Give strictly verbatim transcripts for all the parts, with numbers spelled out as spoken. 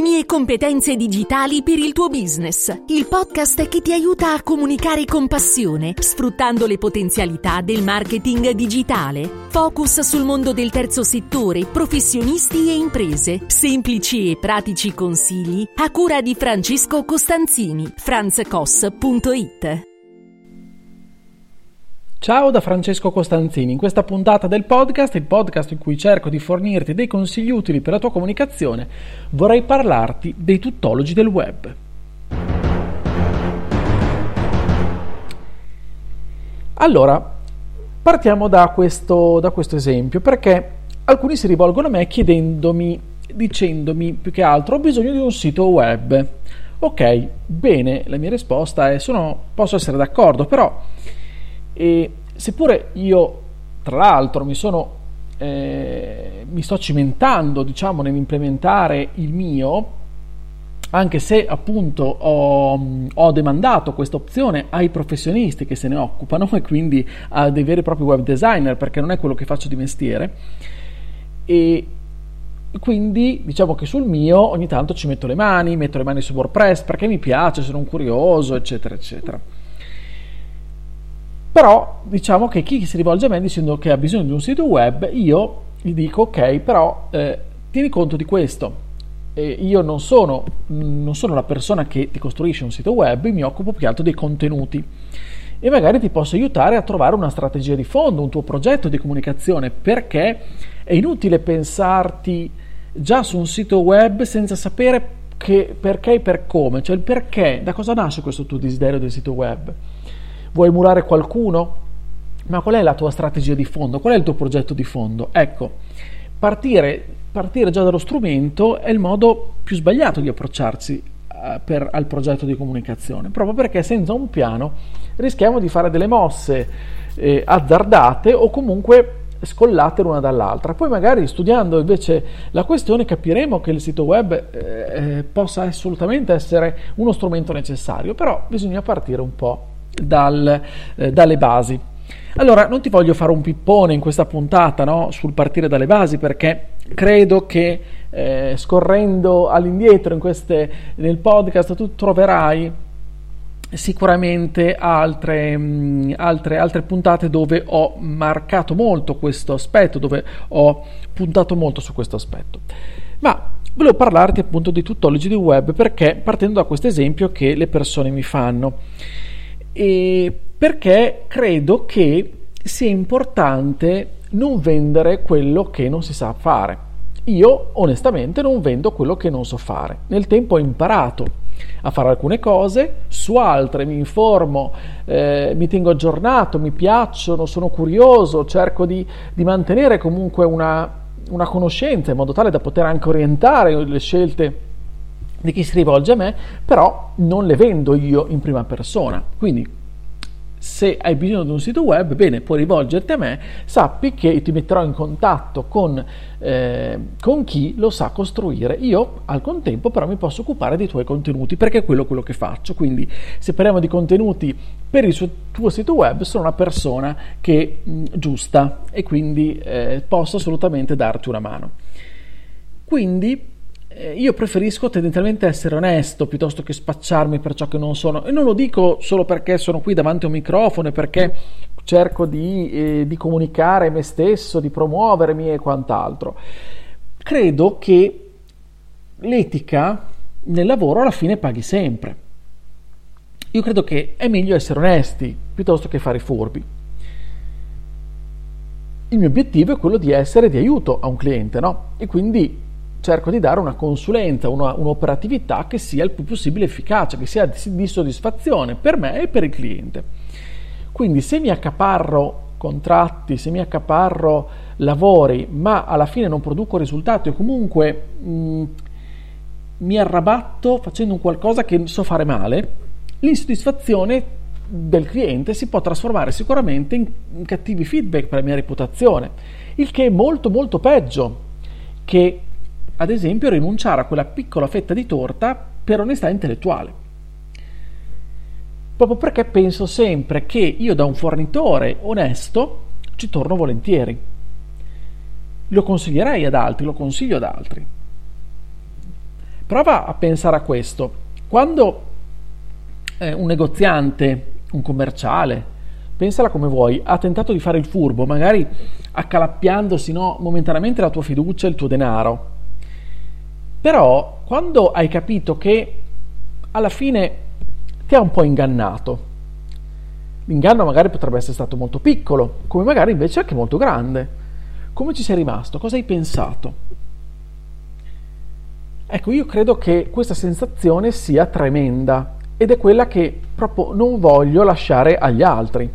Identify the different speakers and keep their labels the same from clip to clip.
Speaker 1: soluzioni e competenze digitali per il tuo business. Il podcast che ti aiuta a comunicare con passione, sfruttando le potenzialità del marketing digitale. Focus sul mondo del terzo settore, professionisti e imprese. Semplici e pratici consigli a cura di Francesco Costanzini. franz cos punto it.
Speaker 2: Ciao da Francesco Costanzini. In questa puntata del podcast, il podcast in cui cerco di fornirti dei consigli utili per la tua comunicazione, vorrei parlarti dei tuttologi del web. Allora, partiamo da questo, da questo esempio, perché alcuni si rivolgono a me chiedendomi, dicendomi più che altro: ho bisogno di un sito web. Ok, bene, la mia risposta è: sono, posso essere d'accordo, però e seppure io tra l'altro mi sono eh, mi sto cimentando, diciamo, nell'implementare il mio, anche se appunto ho, ho demandato questa opzione ai professionisti che se ne occupano e quindi a dei veri e propri web designer, perché non è quello che faccio di mestiere, e quindi diciamo che sul mio ogni tanto ci metto le mani, metto le mani su WordPress perché mi piace, sono un curioso, eccetera eccetera. Però diciamo che chi si rivolge a me dicendo che ha bisogno di un sito web, io gli dico: ok, però eh, tieni conto di questo, eh, io non sono, non sono la persona che ti costruisce un sito web, mi occupo più che altro dei contenuti e magari ti posso aiutare a trovare una strategia di fondo, un tuo progetto di comunicazione, perché è inutile pensarti già su un sito web senza sapere che perché e per come, cioè il perché, da cosa nasce questo tuo desiderio del sito web. Vuoi emulare qualcuno? Ma qual è la tua strategia di fondo? Qual è il tuo progetto di fondo? Ecco, partire, partire già dallo strumento è il modo più sbagliato di approcciarsi uh, per, al progetto di comunicazione, proprio perché senza un piano rischiamo di fare delle mosse eh, azzardate o comunque scollate l'una dall'altra. Poi magari studiando invece la questione capiremo che il sito web eh, possa assolutamente essere uno strumento necessario, però bisogna partire un po' Dal, eh, dalle basi. Allora, non ti voglio fare un pippone in questa puntata, no, sul partire dalle basi, perché credo che eh, scorrendo all'indietro in queste, nel podcast tu troverai sicuramente altre, mh, altre, altre puntate dove ho marcato molto questo aspetto, dove ho puntato molto su questo aspetto. Ma volevo parlarti appunto di tuttologi di web, perché partendo da questo esempio che le persone mi fanno, e perché credo che sia importante non vendere quello che non si sa fare. Io onestamente non vendo quello che non so fare. Nel tempo ho imparato a fare alcune cose, su altre mi informo, eh, mi tengo aggiornato, mi piacciono, sono curioso, cerco di, di mantenere comunque una, una conoscenza in modo tale da poter anche orientare le scelte di chi si rivolge a me, però non le vendo io in prima persona. Quindi se hai bisogno di un sito web, bene, puoi rivolgerti a me, sappi che ti metterò in contatto con, eh, con chi lo sa costruire. Io al contempo però mi posso occupare dei tuoi contenuti, perché è quello, quello che faccio. Quindi se parliamo di contenuti per il suo, tuo sito web, sono una persona che mh, giusta, e quindi eh, posso assolutamente darti una mano. Quindi io preferisco tendenzialmente essere onesto piuttosto che spacciarmi per ciò che non sono, e non lo dico solo perché sono qui davanti a un microfono e perché cerco di, eh, di comunicare me stesso, di promuovermi e quant'altro. Credo che l'etica nel lavoro alla fine paghi sempre. Io credo che è meglio essere onesti piuttosto che fare i furbi. Il mio obiettivo è quello di essere di aiuto a un cliente, no? E quindi cerco di dare una consulenza, una, un'operatività che sia il più possibile efficace, che sia di, di soddisfazione per me e per il cliente. Quindi se mi accaparro contratti, se mi accaparro lavori, ma alla fine non produco risultati o comunque mh, mi arrabatto facendo un qualcosa che so fare male, l'insoddisfazione del cliente si può trasformare sicuramente in, in cattivi feedback per la mia reputazione, il che è molto molto peggio che ad esempio rinunciare a quella piccola fetta di torta per onestà intellettuale. Proprio perché penso sempre che io da un fornitore onesto ci torno volentieri. Lo consiglierei ad altri, lo consiglio ad altri. prova a pensare a questo. Quando eh, un negoziante, un commerciale, pensala come vuoi, ha tentato di fare il furbo, magari accalappiandosi, no, momentaneamente la tua fiducia e il tuo denaro, però quando hai capito che alla fine ti ha un po' ingannato, l'inganno magari potrebbe essere stato molto piccolo, come magari invece anche molto grande, come ci sei rimasto? Cosa hai pensato? Ecco, io credo che questa sensazione sia tremenda ed è quella che proprio non voglio lasciare agli altri.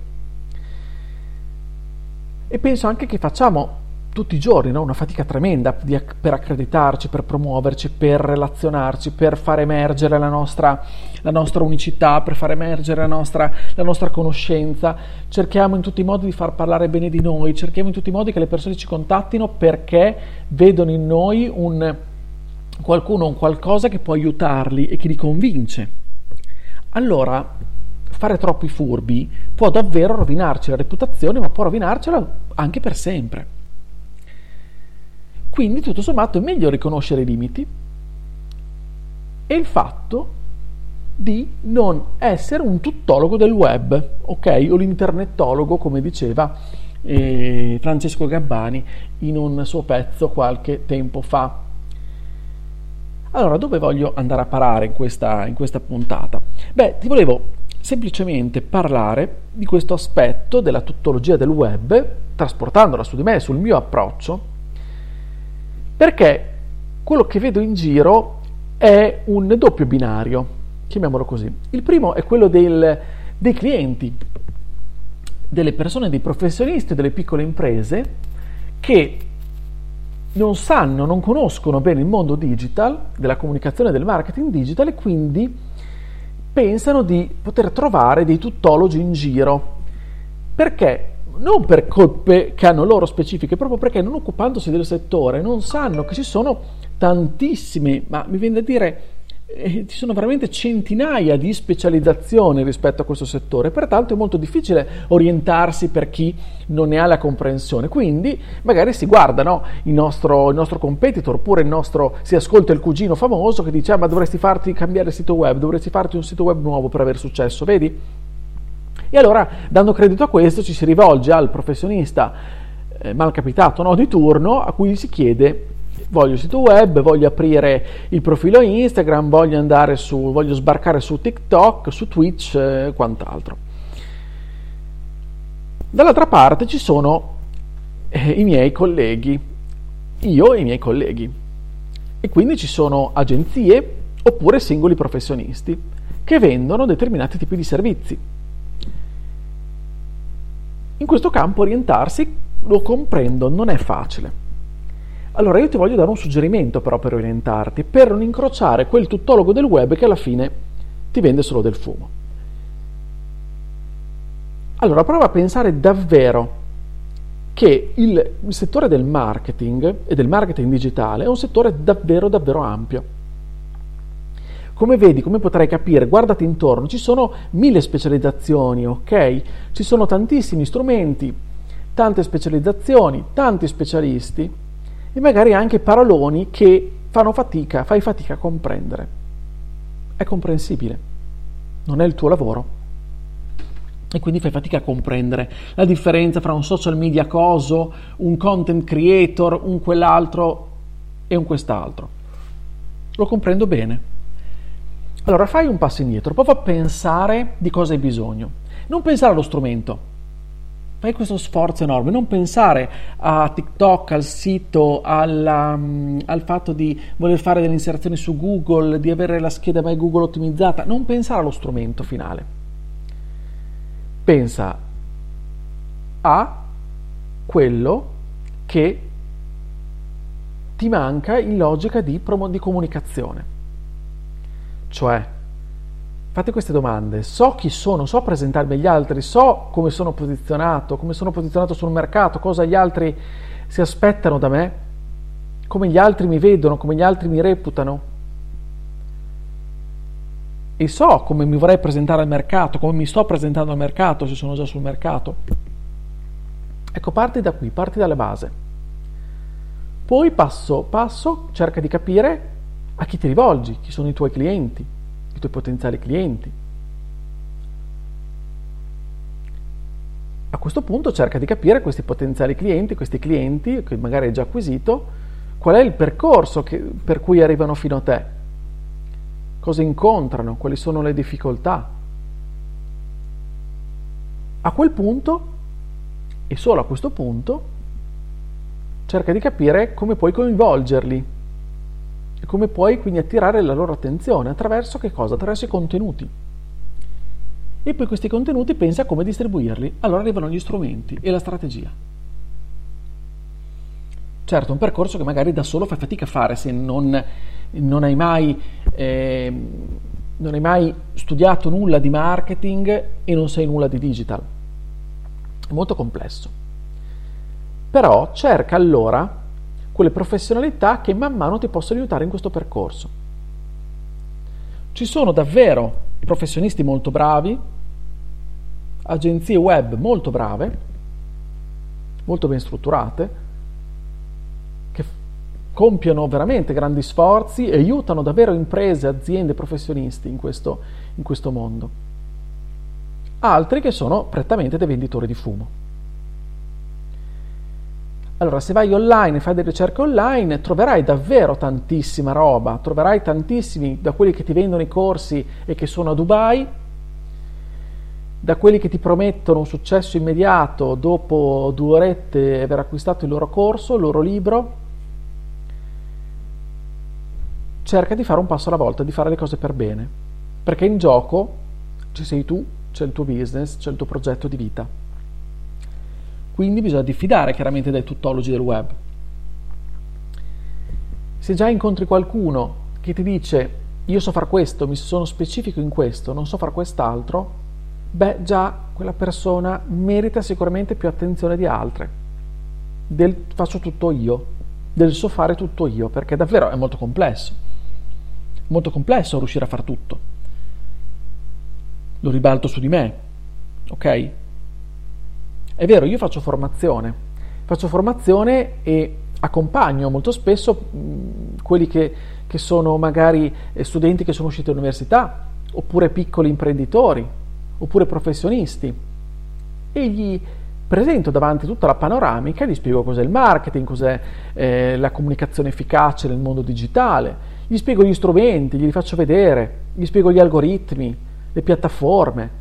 Speaker 2: E penso anche che facciamo tutti i giorni, no? Una fatica tremenda di, per accreditarci, per promuoverci, per relazionarci, per far emergere la nostra, la nostra unicità, per far emergere la nostra, la nostra conoscenza. Cerchiamo in tutti i modi di far parlare bene di noi, cerchiamo in tutti i modi che le persone ci contattino perché vedono in noi un qualcuno, un qualcosa che può aiutarli e che li convince. Allora, fare troppi furbi può davvero rovinarci la reputazione, ma può rovinarcela anche per sempre. Quindi, tutto sommato, è meglio riconoscere i limiti e il fatto di non essere un tuttologo del web, ok? O l'internettologo, come diceva eh, Francesco Gabbani in un suo pezzo qualche tempo fa. Allora, dove voglio andare a parare in questa, in questa puntata? Beh, ti volevo semplicemente parlare di questo aspetto della tuttologia del web, trasportandola su di me, sul mio approccio, perché quello che vedo in giro è un doppio binario, chiamiamolo così. Il primo è quello del, dei clienti, delle persone, dei professionisti, delle piccole imprese che non sanno, non conoscono bene il mondo digital, della comunicazione e del marketing digital, e quindi pensano di poter trovare dei tuttologi in giro. Perché? Non per colpe che hanno loro specifiche, proprio perché non occupandosi del settore non sanno che ci sono tantissime, ma mi viene da dire eh, ci sono veramente centinaia di specializzazioni rispetto a questo settore, pertanto è molto difficile orientarsi per chi non ne ha la comprensione. Quindi magari si guarda, no, il nostro, il nostro competitor, oppure il nostro, si ascolta il cugino famoso che dice ah, ma dovresti farti cambiare sito web, dovresti farti un sito web nuovo per avere successo, vedi? E allora, dando credito a questo, ci si rivolge al professionista eh, malcapitato, no, di turno, a cui si chiede voglio il sito web, voglio aprire il profilo Instagram, voglio andare su, voglio sbarcare su TikTok, su Twitch e eh, quant'altro. Dall'altra parte ci sono eh, i miei colleghi, io e i miei colleghi, e quindi ci sono agenzie oppure singoli professionisti che vendono determinati tipi di servizi. In questo campo orientarsi, lo comprendo, non è facile. Allora io ti voglio dare un suggerimento però per orientarti, per non incrociare quel tuttologo del web che alla fine ti vende solo del fumo. Allora prova a pensare davvero che il, il settore del marketing e del marketing digitale è un settore davvero davvero ampio. Come vedi, come potrai capire, guardati intorno, ci sono mille specializzazioni, ok? Ci sono tantissimi strumenti, tante specializzazioni, tanti specialisti e magari anche paroloni che fanno fatica, fai fatica a comprendere. È comprensibile, non è il tuo lavoro e quindi fai fatica a comprendere la differenza fra un social media coso, un content creator, un quell'altro e un quest'altro. Lo comprendo bene. Allora fai un passo indietro, prova a pensare di cosa hai bisogno. Non pensare allo strumento, fai questo sforzo enorme, non pensare a TikTok, al sito, alla, um, al fatto di voler fare delle inserzioni su Google, di avere la scheda My Google ottimizzata, non pensare allo strumento finale. Pensa a quello che ti manca in logica di, promo- di comunicazione. Cioè, fate queste domande: so chi sono, so presentarmi agli altri, so come sono posizionato, come sono posizionato sul mercato, cosa gli altri si aspettano da me, come gli altri mi vedono, come gli altri mi reputano. E so come mi vorrei presentare al mercato, come mi sto presentando al mercato se sono già sul mercato. Ecco, parti da qui, parti dalle base. Poi passo passo cerca di capire A chi ti rivolgi? Chi sono i tuoi clienti, i tuoi potenziali clienti? A questo punto cerca di capire questi potenziali clienti, questi clienti che magari hai già acquisito, qual è il percorso che, per cui arrivano fino a te, cosa incontrano, quali sono le difficoltà. A quel punto, e solo a questo punto, cerca di capire come puoi coinvolgerli e come puoi quindi attirare la loro attenzione, attraverso che cosa? Attraverso i contenuti. E poi questi contenuti pensa a come distribuirli. Allora arrivano gli strumenti e la strategia. Certo, un percorso che magari da solo fai fatica a fare se non, non hai mai eh, non hai mai studiato nulla di marketing e non sai nulla di digital. È molto complesso. Però cerca allora quelle professionalità che man mano ti possono aiutare in questo percorso. Ci sono davvero professionisti molto bravi, agenzie web molto brave, molto ben strutturate, che compiono veramente grandi sforzi e aiutano davvero imprese, aziende, professionisti in questo, in questo mondo. Altri che sono prettamente dei venditori di fumo. Allora, se vai online e fai delle ricerche online, troverai davvero tantissima roba, troverai tantissimi, da quelli che ti vendono i corsi e che sono a Dubai, da quelli che ti promettono un successo immediato dopo due orette aver acquistato il loro corso, il loro libro. Cerca di fare un passo alla volta, di fare le cose per bene, perché in gioco ci sei tu, c'è il tuo business, c'è il tuo progetto di vita. Quindi bisogna diffidare chiaramente dai tuttologi del web. Se già incontri qualcuno che ti dice io so far questo, mi sono specifico in questo, non so far quest'altro, beh, già quella persona merita sicuramente più attenzione di altre. Del faccio tutto io, del so fare tutto io, perché davvero è molto complesso. Molto complesso riuscire a far tutto. Lo ribalto su di me, ok? È vero, io faccio formazione, faccio formazione e accompagno molto spesso mh, quelli che, che sono magari studenti che sono usciti dall'università, oppure piccoli imprenditori, oppure professionisti, e gli presento davanti tutta la panoramica, gli spiego cos'è il marketing, cos'è eh, la comunicazione efficace nel mondo digitale, gli spiego gli strumenti, glieli faccio vedere, gli spiego gli algoritmi, le piattaforme,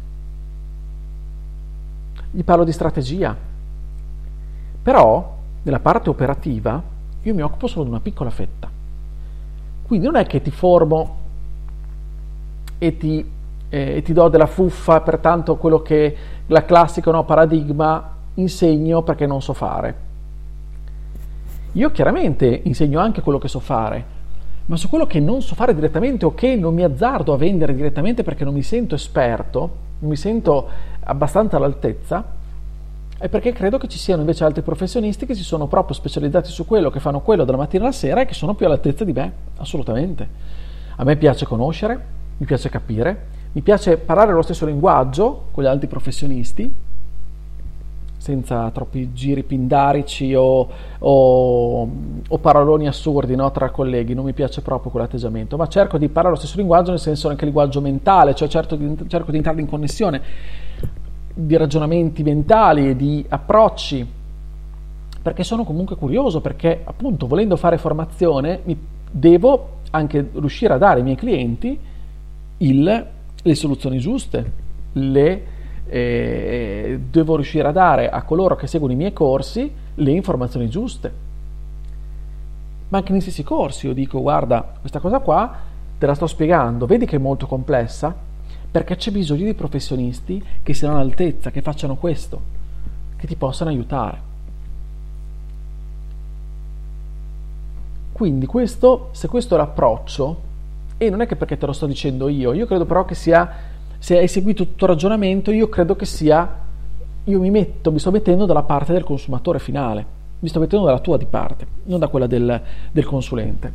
Speaker 2: gli parlo di strategia. Però nella parte operativa io mi occupo solo di una piccola fetta, quindi non è che ti formo e ti, eh, e ti do della fuffa, pertanto quello che la classica no, paradigma insegno perché non so fare. Io chiaramente insegno anche quello che so fare, ma su quello che non so fare direttamente o che non mi azzardo a vendere direttamente perché non mi sento esperto, non mi sento abbastanza all'altezza, è perché credo che ci siano invece altri professionisti che si sono proprio specializzati su quello, che fanno quello dalla mattina alla sera e che sono più all'altezza di me, assolutamente. A me piace conoscere, mi piace capire, mi piace parlare lo stesso linguaggio con gli altri professionisti, senza troppi giri pindarici o, o, o paroloni assurdi, no, tra colleghi. Non mi piace proprio quell'atteggiamento, ma cerco di parlare lo stesso linguaggio, nel senso anche linguaggio mentale, cioè cerco di, cerco di entrare in connessione di ragionamenti mentali e di approcci, perché sono comunque curioso, perché appunto volendo fare formazione mi devo anche riuscire a dare ai miei clienti il, le soluzioni giuste, le Eh, devo riuscire a dare a coloro che seguono i miei corsi le informazioni giuste. Ma anche nei stessi corsi io dico: guarda, questa cosa qua te la sto spiegando, vedi che è molto complessa, perché c'è bisogno di professionisti che siano all'altezza, che facciano questo, che ti possano aiutare. Quindi questo, se questo è l'approccio, e non è che perché te lo sto dicendo io, io credo però che sia, se hai seguito tutto il ragionamento, io credo che sia, io mi metto, mi sto mettendo dalla parte del consumatore finale, mi sto mettendo dalla tua di parte, non da quella del, del consulente.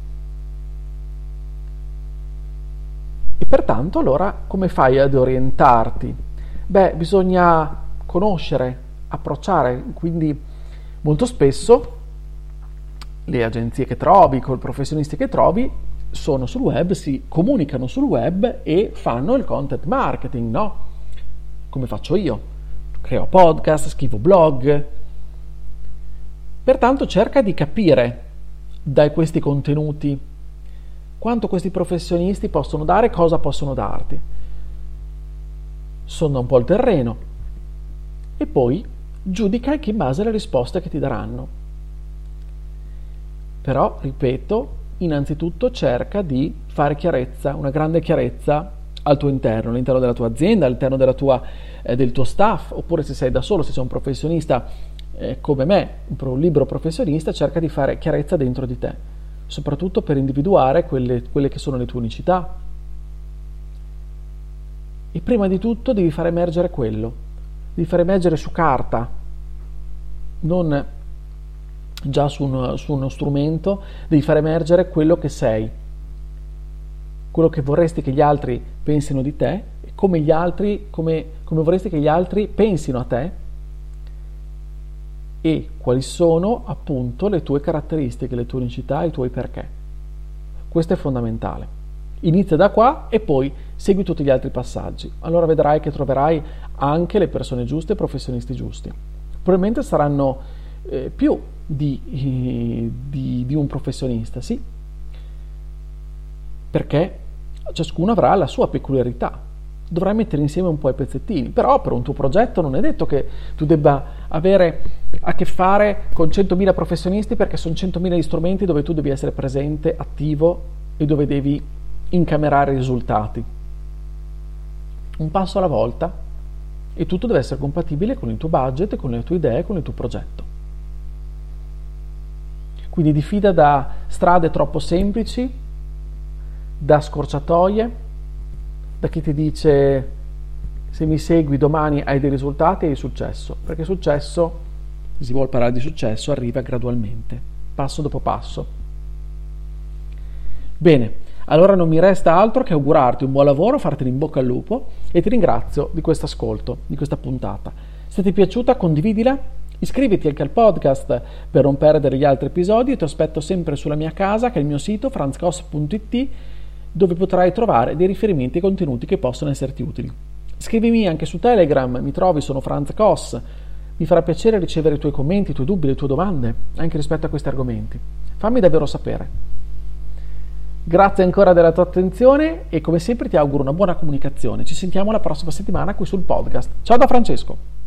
Speaker 2: E pertanto allora come fai ad orientarti? Beh, bisogna conoscere, approcciare, quindi molto spesso le agenzie che trovi, col professionisti che trovi, sono sul web, si comunicano sul web e fanno il content marketing, no? Come faccio io. Creo podcast, scrivo blog. Pertanto cerca di capire da questi contenuti quanto questi professionisti possono dare, cosa possono darti. Sonda un po' il terreno e poi giudica in base alle risposte che ti daranno. Però, ripeto, innanzitutto cerca di fare chiarezza, una grande chiarezza al tuo interno, all'interno della tua azienda, all'interno della tua, eh, del tuo staff, oppure se sei da solo, se sei un professionista eh, come me, un libero professionista, cerca di fare chiarezza dentro di te, soprattutto per individuare quelle, quelle che sono le tue unicità. E prima di tutto devi far emergere quello, devi far emergere su carta, non già su, un, su uno strumento, devi far emergere quello che sei, quello che vorresti che gli altri pensino di te, e come gli altri, come, come vorresti che gli altri pensino a te, e quali sono appunto le tue caratteristiche, le tue unicità, i tuoi perché. Questo è fondamentale. Inizia da qua e poi segui tutti gli altri passaggi. Allora vedrai che troverai anche le persone giuste, i professionisti giusti. Probabilmente saranno eh, più di, eh, di, di un professionista, sì, perché ciascuno avrà la sua peculiarità. Dovrai mettere insieme un po' i pezzettini, però per un tuo progetto non è detto che tu debba avere a che fare con centomila professionisti, perché sono centomila gli strumenti dove tu devi essere presente, attivo e dove devi incamerare i risultati. Un passo alla volta, e tutto deve essere compatibile con il tuo budget, con le tue idee, con il tuo progetto. Quindi diffida da strade troppo semplici, da scorciatoie, da chi ti dice se mi segui domani hai dei risultati, hai successo, perché successo, se si vuole parlare di successo, arriva gradualmente, passo dopo passo. Bene, allora non mi resta altro che augurarti un buon lavoro, farti in bocca al lupo e ti ringrazio di questo ascolto, di questa puntata. Se ti è piaciuta, condividila. Iscriviti anche al podcast per non perdere gli altri episodi e ti aspetto sempre sulla mia casa, che è il mio sito franz koss punto it, dove potrai trovare dei riferimenti e contenuti che possono esserti utili. Scrivimi anche su Telegram, mi trovi, sono Franz Koss. Mi farà piacere ricevere i tuoi commenti, i tuoi dubbi, le tue domande, anche rispetto a questi argomenti. Fammi davvero sapere. Grazie ancora della tua attenzione e come sempre ti auguro una buona comunicazione. Ci sentiamo la prossima settimana qui sul podcast. Ciao da Francesco!